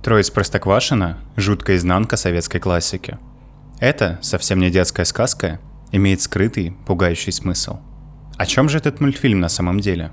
Трое из Простоквашино – жуткая изнанка советской классики. Это совсем не детская сказка, имеет скрытый, пугающий смысл. О чем же этот мультфильм на самом деле?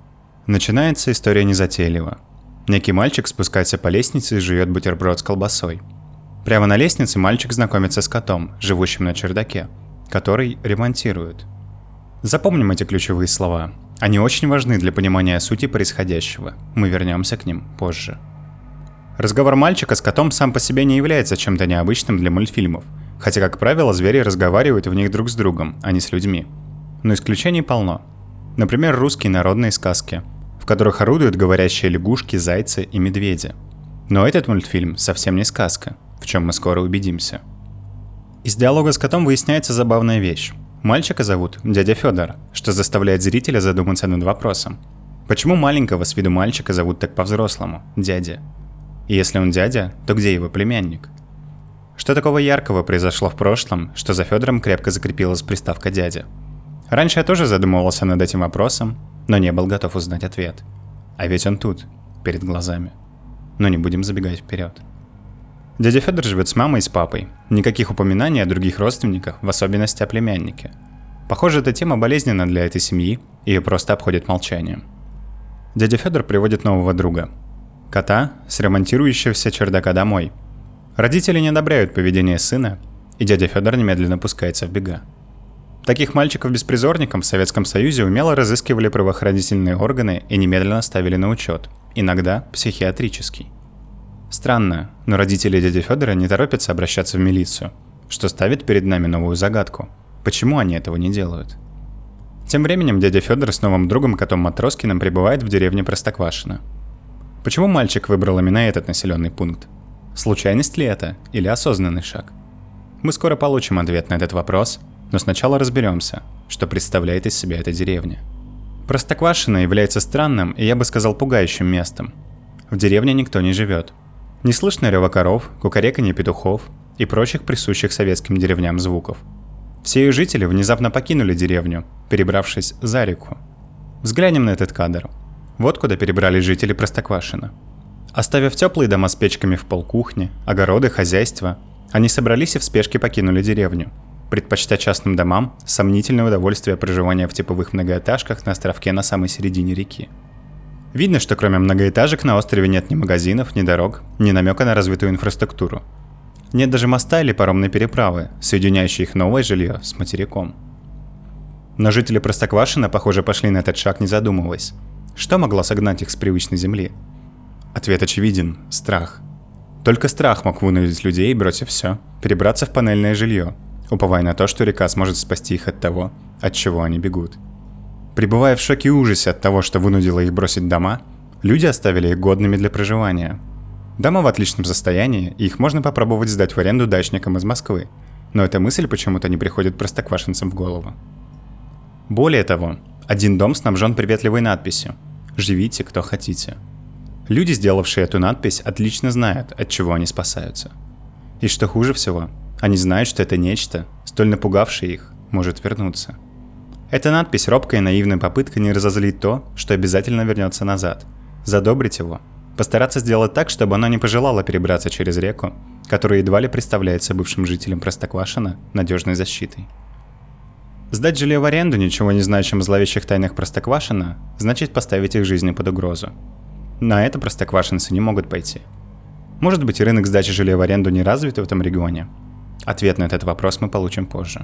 Начинается история незатейливо. Некий мальчик спускается по лестнице и жует бутерброд с колбасой. Прямо на лестнице мальчик знакомится с котом, живущим на чердаке, который ремонтируют. Запомним эти ключевые слова. Они очень важны для понимания сути происходящего. Мы вернемся к ним позже. Разговор мальчика с котом сам по себе не является чем-то необычным для мультфильмов, хотя, как правило, звери разговаривают в них друг с другом, а не с людьми. Но исключений полно. Например, русские народные сказки, в которых орудуют говорящие лягушки, зайцы и медведи. Но этот мультфильм совсем не сказка, в чем мы скоро убедимся. Из диалога с котом выясняется забавная вещь. Мальчика зовут дядя Федор, что заставляет зрителя задуматься над вопросом. Почему маленького с виду мальчика зовут так по-взрослому – дядя? И если он дядя, то где его племянник? Что такого яркого произошло в прошлом, что за Федором крепко закрепилась приставка «дядя»? Раньше я тоже задумывался над этим вопросом, но не был готов узнать ответ. А ведь он тут, перед глазами. Но не будем забегать вперед. Дядя Федор живет с мамой и с папой. Никаких упоминаний о других родственниках, в особенности о племяннике. Похоже, эта тема болезненна для этой семьи, и ее просто обходят молчанием. Дядя Федор приводит нового друга. Кота с ремонтирующегося чердака домой. Родители не одобряют поведение сына, и дядя Федор немедленно пускается в бега. Таких мальчиков-беспризорников в Советском Союзе умело разыскивали правоохранительные органы и немедленно ставили на учет, иногда психиатрический. Странно, но родители дяди Федора не торопятся обращаться в милицию, что ставит перед нами новую загадку. Почему они этого не делают? Тем временем дядя Федор с новым другом котом Матроскиным прибывает в деревне Простоквашино. Почему мальчик выбрал именно этот населенный пункт? Случайность ли это или осознанный шаг? Мы скоро получим ответ на этот вопрос, но сначала разберемся, что представляет из себя эта деревня. Простоквашино является странным и, я бы сказал, пугающим местом. В деревне никто не живет. Не слышно рева коров, кукареканье петухов и прочих присущих советским деревням звуков. Все ее жители внезапно покинули деревню, перебравшись за реку. Взглянем на этот кадр. Вот куда перебрались жители Простоквашино. Оставив теплые дома с печками в полкухни, огороды, хозяйства, они собрались и в спешке покинули деревню, предпочтя частным домам сомнительное удовольствие проживания в типовых многоэтажках на островке на самой середине реки. Видно, что кроме многоэтажек на острове нет ни магазинов, ни дорог, ни намека на развитую инфраструктуру. Нет даже моста или паромной переправы, соединяющей их новое жилье с материком. Но жители Простоквашино, похоже, пошли на этот шаг, не задумываясь. Что могло согнать их с привычной земли? Ответ очевиден – страх. Только страх мог вынудить людей, бросив все, перебраться в панельное жилье, уповая на то, что река сможет спасти их от того, от чего они бегут. Пребывая в шоке и ужасе от того, что вынудило их бросить дома, люди оставили их годными для проживания. Дома в отличном состоянии, и их можно попробовать сдать в аренду дачникам из Москвы, но эта мысль почему-то не приходит простоквашинцам в голову. Более того, один дом снабжен приветливой надписью «Живите, кто хотите». Люди, сделавшие эту надпись, отлично знают, от чего они спасаются. И что хуже всего, они знают, что это нечто, столь напугавшее их, может вернуться. Эта надпись – робкая и наивная попытка не разозлить то, что обязательно вернется назад, задобрить его, постараться сделать так, чтобы оно не пожелало перебраться через реку, которая едва ли представляется бывшим жителям Простоквашино надежной защитой. Сдать жилье в аренду, ничего не знающим о зловещих тайнах Простоквашино, значит поставить их жизни под угрозу. На это простоквашинцы не могут пойти. Может быть, и рынок сдачи жилья в аренду не развит в этом регионе? Ответ на этот вопрос мы получим позже.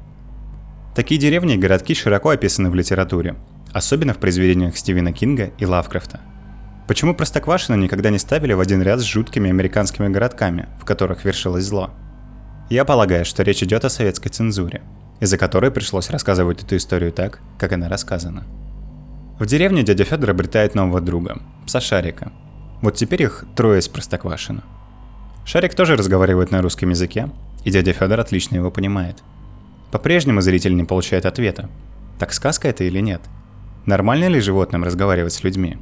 Такие деревни и городки широко описаны в литературе, особенно в произведениях Стивена Кинга и Лавкрафта. Почему Простоквашино никогда не ставили в один ряд с жуткими американскими городками, в которых вершилось зло? Я полагаю, что речь идет о советской цензуре, из-за которой пришлось рассказывать эту историю так, как она рассказана. В деревне дядя Федор обретает нового друга, пса Шарика. Вот теперь их трое из Простоквашино. Шарик тоже разговаривает на русском языке, и дядя Федор отлично его понимает. По-прежнему зритель не получает ответа. Так сказка это или нет? Нормально ли животным разговаривать с людьми?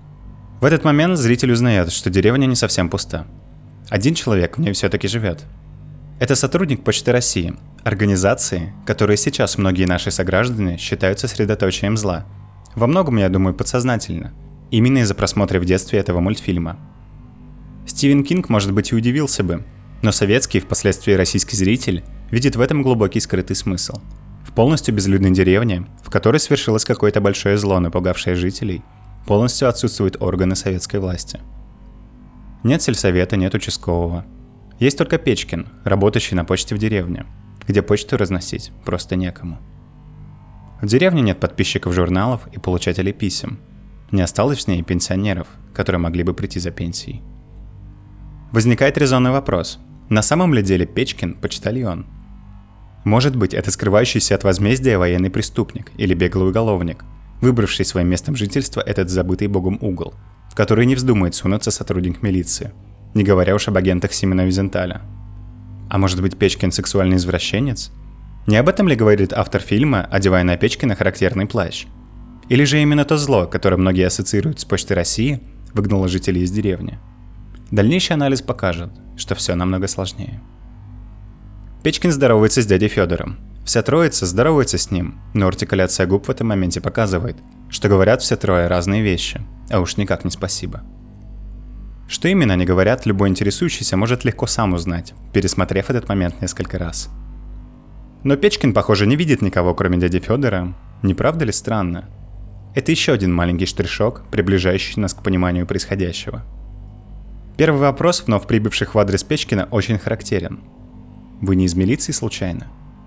В этот момент зритель узнает, что деревня не совсем пуста. Один человек в ней все-таки живет. Это сотрудник Почты России, организации, которой сейчас многие наши сограждане считают сосредоточием зла. Во многом, я думаю, подсознательно. Именно из-за просмотра в детстве этого мультфильма. Стивен Кинг, может быть, и удивился бы, но советский, впоследствии российский зритель, видит в этом глубокий скрытый смысл. В полностью безлюдной деревне, в которой свершилось какое-то большое зло, напугавшее жителей, полностью отсутствуют органы советской власти. Нет сельсовета, нет участкового. Есть только Печкин, работающий на почте в деревне, где почту разносить просто некому. В деревне нет подписчиков журналов и получателей писем. Не осталось в ней пенсионеров, которые могли бы прийти за пенсией. Возникает резонный вопрос. На самом ли деле Печкин – почтальон? Может быть, это скрывающийся от возмездия военный преступник или беглый уголовник, выбравший своим местом жительства этот забытый богом угол, в который не вздумает сунуться сотрудник милиции, не говоря уж об агентах Симона Визенталя. А может быть, Печкин – сексуальный извращенец? Не об этом ли говорит автор фильма, одевая на Печкина характерный плащ? Или же именно то зло, которое многие ассоциируют с Почтой России, выгнало жителей из деревни? Дальнейший анализ покажет, что все намного сложнее. Печкин здоровается с дядей Федором. Вся троица здоровается с ним, но артикуляция губ в этом моменте показывает, что говорят все трое разные вещи, а уж никак не спасибо. Что именно они говорят, любой интересующийся может легко сам узнать, пересмотрев этот момент несколько раз. Но Печкин, похоже, не видит никого, кроме дяди Федора. Не правда ли странно? Это еще один маленький штришок, приближающий нас к пониманию происходящего. Первый вопрос вновь прибывших в адрес Печкина очень характерен. Вы не из милиции случайно?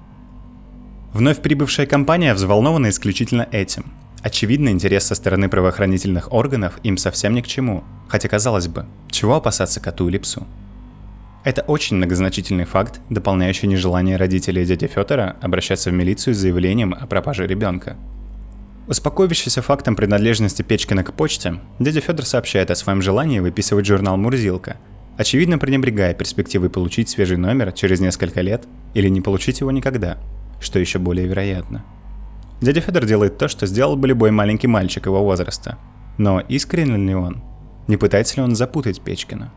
Вновь прибывшая компания взволнована исключительно этим. Очевидно, интерес со стороны правоохранительных органов им совсем ни к чему, хотя казалось бы, чего опасаться коту или псу? Это очень многозначительный факт, дополняющий нежелание родителей дяди Федора обращаться в милицию с заявлением о пропаже ребенка. Успокоившийся фактом принадлежности Печкина к почте, дядя Федор сообщает о своем желании выписывать журнал «Мурзилка», очевидно пренебрегая перспективой получить свежий номер через несколько лет или не получить его никогда, что еще более вероятно. Дядя Федор делает то, что сделал бы любой маленький мальчик его возраста. Но искренен ли он? Не пытается ли он запутать Печкина?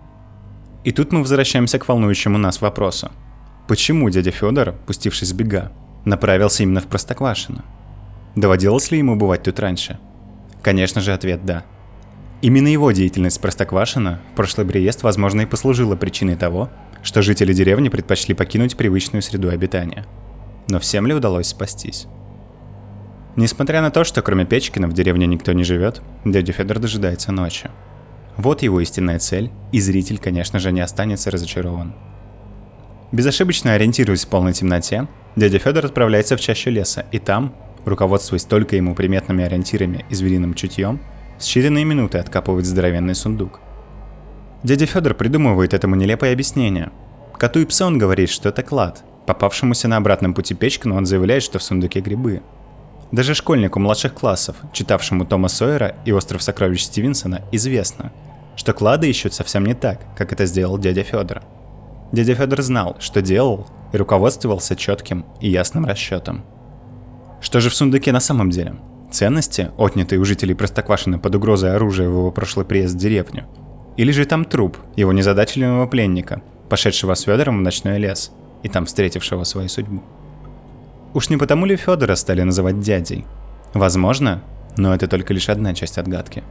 И тут мы возвращаемся к волнующему нас вопросу. Почему дядя Федор, пустившись в бега, направился именно в Простоквашино? Доводилось ли ему бывать тут раньше? Конечно же, ответ «да». Именно его деятельность в Простоквашино в прошлый приезд, возможно, и послужила причиной того, что жители деревни предпочли покинуть привычную среду обитания. Но всем ли удалось спастись? Несмотря на то, что кроме Печкина в деревне никто не живет, дядя Федор дожидается ночи. Вот его истинная цель, и зритель, конечно же, не останется разочарован. Безошибочно ориентируясь в полной темноте, дядя Федор отправляется в чащу леса, и там, руководствуясь только ему приметными ориентирами и звериным чутьем, в считанные минуты откапывает здоровенный сундук. Дядя Федор придумывает этому нелепое объяснение. Коту и псу он говорит, что это клад. Попавшемуся на обратном пути Печкину он заявляет, что в сундуке грибы. Даже школьнику младших классов, читавшему Тома Сойера и «Остров сокровищ» Стивенсона, известно, что клады ищут совсем не так, как это сделал дядя Федор. Дядя Федор знал, что делал, и руководствовался четким и ясным расчетом. Что же в сундуке на самом деле? Ценности, отнятые у жителей Простоквашино под угрозой оружия в его прошлый приезд в деревню? Или же там труп его незадачливого пленника, пошедшего с Федором в ночной лес и там встретившего свою судьбу? Уж не потому ли Федора стали называть дядей? Возможно, но это только лишь одна часть отгадки.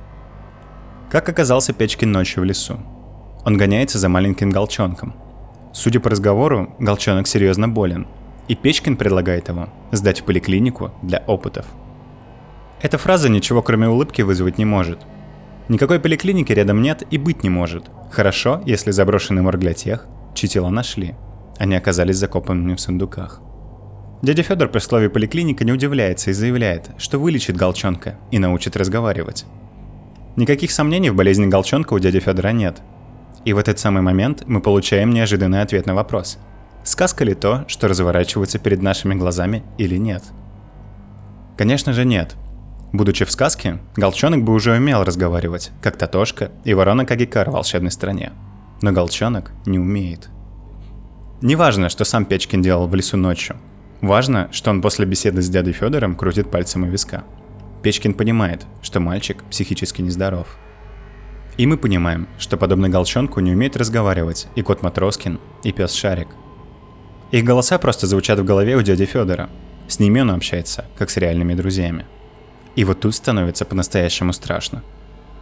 Как оказался Печкин ночью в лесу? Он гоняется за маленьким Голчонком. Судя по разговору, Голчонок серьезно болен, и Печкин предлагает его сдать в поликлинику для опытов. Эта фраза ничего кроме улыбки вызвать не может. Никакой поликлиники рядом нет и быть не может. Хорошо, если заброшенный морг для тех, чьи тела нашли. Они оказались закопанными в сундуках. Дядя Федор при слове «поликлиника» не удивляется и заявляет, что вылечит Голчонка и научит разговаривать. Никаких сомнений в болезни Голчонка у дяди Федора нет. И в этот самый момент мы получаем неожиданный ответ на вопрос: сказка ли то, что разворачивается перед нашими глазами, или нет? Конечно же нет. Будучи в сказке, Голчонок бы уже умел разговаривать, как Татошка и ворона Кагикар в волшебной стране. Но Голчонок не умеет. Не важно, что сам Печкин делал в лесу ночью. Важно, что он после беседы с дядей Федором крутит пальцем у виска. Печкин понимает, что мальчик психически нездоров. И мы понимаем, что подобно Голчонку не умеют разговаривать и кот Матроскин, и пес Шарик. Их голоса просто звучат в голове у дяди Федора. С ними он общается, как с реальными друзьями. И вот тут становится по-настоящему страшно.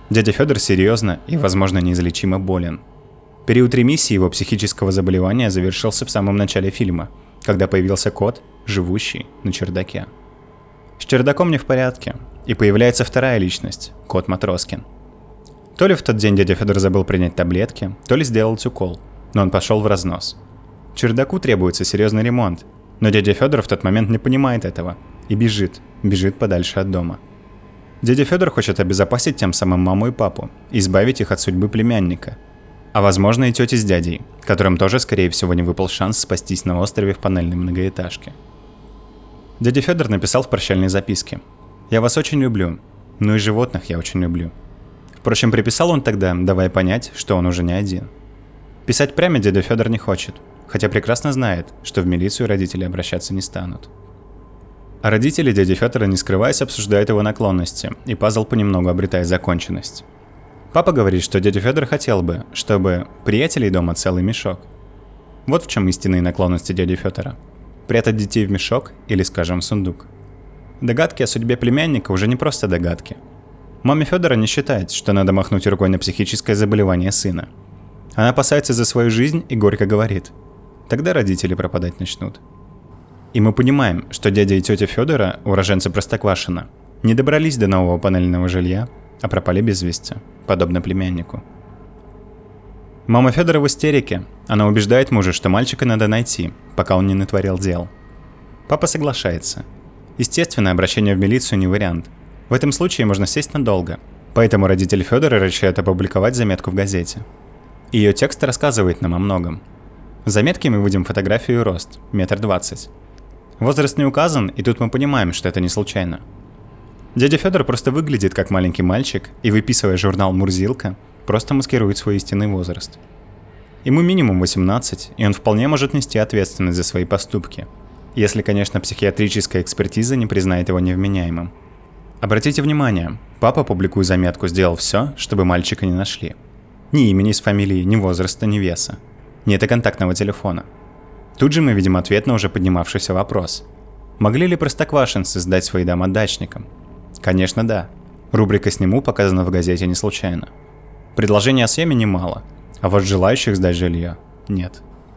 Дядя Федор серьезно и, возможно, неизлечимо болен. Период ремиссии его психического заболевания завершился в самом начале фильма, когда появился кот, живущий на чердаке. С чердаком не в порядке, и появляется вторая личность – кот Матроскин. То ли в тот день дядя Федор забыл принять таблетки, то ли сделать укол, но он пошел в разнос. Чердаку требуется серьезный ремонт, но дядя Федор в тот момент не понимает этого и бежит подальше от дома. Дядя Федор хочет обезопасить тем самым маму и папу, избавить их от судьбы племянника, а возможно и тети с дядей, которым тоже, скорее всего, не выпал шанс спастись на острове в панельной многоэтажке. Дядя Федор написал в прощальной записке: «Я вас очень люблю, ну и животных я очень люблю». Впрочем, приписал он тогда, давая понять, что он уже не один. Писать прямо дядя Федор не хочет, хотя прекрасно знает, что в милицию родители обращаться не станут. А родители дяди Федора, не скрываясь, обсуждают его наклонности, и пазл понемногу обретает законченность. Папа говорит, что дядя Федор хотел бы, чтобы приятелей дома целый мешок. Вот в чем истинные наклонности дяди Федора. Прятать детей в мешок или, скажем, в сундук. Догадки о судьбе племянника уже не просто догадки. Мама Федора не считает, что надо махнуть рукой на психическое заболевание сына. Она опасается за свою жизнь и горько говорит: тогда родители пропадать начнут. И мы понимаем, что дядя и тетя Федора, уроженцы Простоквашино, не добрались до нового панельного жилья, а пропали без вести, подобно племяннику. Мама Федора в истерике. Она убеждает мужа, что мальчика надо найти, пока он не натворил дел. Папа соглашается. Естественно, обращение в милицию не вариант. В этом случае можно сесть надолго, поэтому родители Федора решают опубликовать заметку в газете. Ее текст рассказывает нам о многом. В заметке мы видим фотографию и рост – 1,20 м. Возраст не указан, и тут мы понимаем, что это не случайно. Дядя Федор просто выглядит как маленький мальчик и, выписывая журнал «Мурзилка», просто маскирует свой истинный возраст. Ему минимум 18, и он вполне может нести ответственность за свои поступки, если, конечно, психиатрическая экспертиза не признает его невменяемым. Обратите внимание, папа, публикуя заметку, сделал все, чтобы мальчика не нашли. Ни имени с фамилией, ни возраста, ни веса. Нет и контактного телефона. Тут же мы видим ответ на уже поднимавшийся вопрос. Могли ли простоквашинцы сдать свои дома дачникам? Конечно, да. Рубрика «Сниму» показана в газете не случайно. Предложений о съеме немало, а вот желающих сдать жилье нет.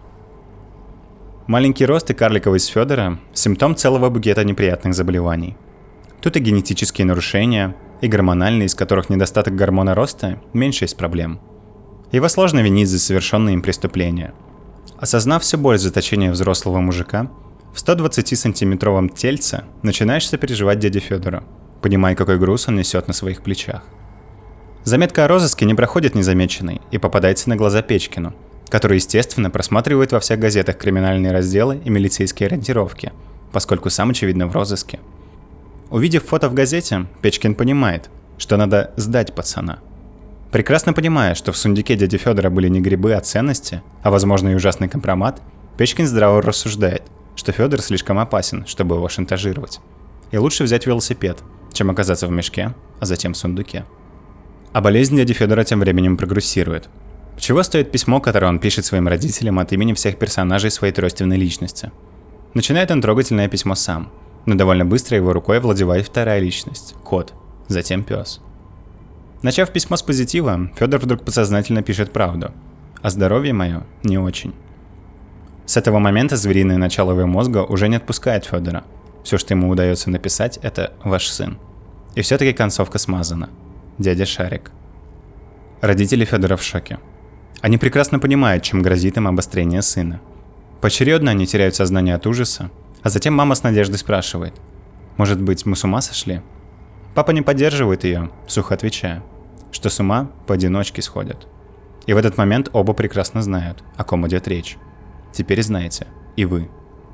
Маленький рост и карликовость Федора – симптом целого букета неприятных заболеваний. Тут и генетические нарушения, и гормональные, из которых недостаток гормона роста – меньше из проблем. Его сложно винить за совершенные им преступления. Осознав всю боль заточения взрослого мужика, в 120-сантиметровом тельце начинаешь сопереживать дяде Федору, понимая, какой груз он несет на своих плечах. Заметка о розыске не проходит незамеченной и попадается на глаза Печкину, который, естественно, просматривает во всех газетах криминальные разделы и милицейские ориентировки, поскольку сам, очевидно, в розыске. Увидев фото в газете, Печкин понимает, что надо сдать пацана. Прекрасно понимая, что в сундуке дяди Федора были не грибы, а ценности, а возможно и ужасный компромат, Печкин здраво рассуждает, что Федор слишком опасен, чтобы его шантажировать. И лучше взять велосипед, чем оказаться в мешке, а затем в сундуке. А болезнь дяди Федора тем временем прогрессирует. Чего стоит письмо, которое он пишет своим родителям от имени всех персонажей своей тройственной личности? Начинает он трогательное письмо сам, но довольно быстро его рукой овладевает вторая личность – кот, затем пес. Начав письмо с позитива, Федор вдруг подсознательно пишет правду. А здоровье мое не очень. С этого момента звериное начало его мозга уже не отпускает Федора. Все, что ему удается написать, это «ваш сын». И все-таки концовка смазана. Дядя Шарик. Родители Федора в шоке. Они прекрасно понимают, чем грозит им обострение сына. Поочередно они теряют сознание от ужаса, а затем мама с надеждой спрашивает: «Может быть, мы с ума сошли?» Папа не поддерживает ее, сухо отвечая, что с ума поодиночке сходят. И в этот момент оба прекрасно знают, о ком идет речь. Теперь знаете и вы.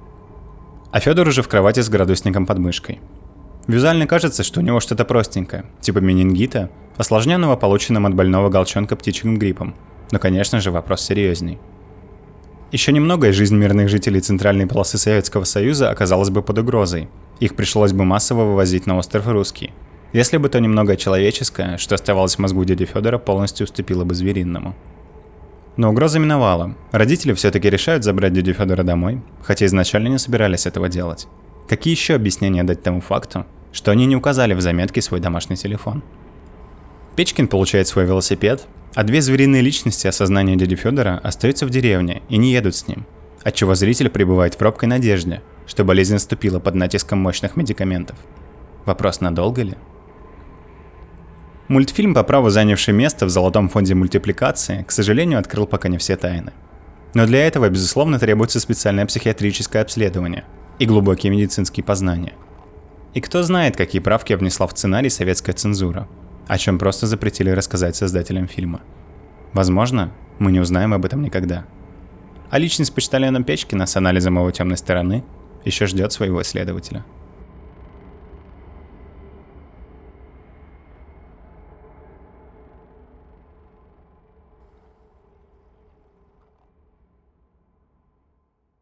А Федор уже в кровати с градусником под мышкой. Визуально кажется, что у него что-то простенькое, типа менингита, осложненного полученным от больного голчонка птичьим гриппом. Но, конечно же, вопрос серьезней. Еще немного, и жизнь мирных жителей центральной полосы Советского Союза оказалась бы под угрозой. Их пришлось бы массово вывозить на остров Русский, если бы то немного человеческое, что оставалось в мозгу дяди Федора, полностью уступило бы звериному. Но угроза миновала. Родители все-таки решают забрать дядю Федора домой, хотя изначально не собирались этого делать. Какие еще объяснения дать тому факту, что они не указали в заметке свой домашний телефон? Печкин получает свой велосипед, а две звериные личности осознания дяди Федора остаются в деревне и не едут с ним, отчего зритель пребывает в робкой надежде, что болезнь наступила под натиском мощных медикаментов. Вопрос, надолго ли? Мультфильм, по праву занявший место в золотом фонде мультипликации, к сожалению, открыл пока не все тайны. Но для этого, безусловно, требуется специальное психиатрическое обследование и глубокие медицинские познания. И кто знает, какие правки внесла в сценарий советская цензура, о чем просто запретили рассказать создателям фильма. Возможно, мы не узнаем об этом никогда. А личность почтальона Печкина с анализом его темной стороны еще ждет своего исследователя.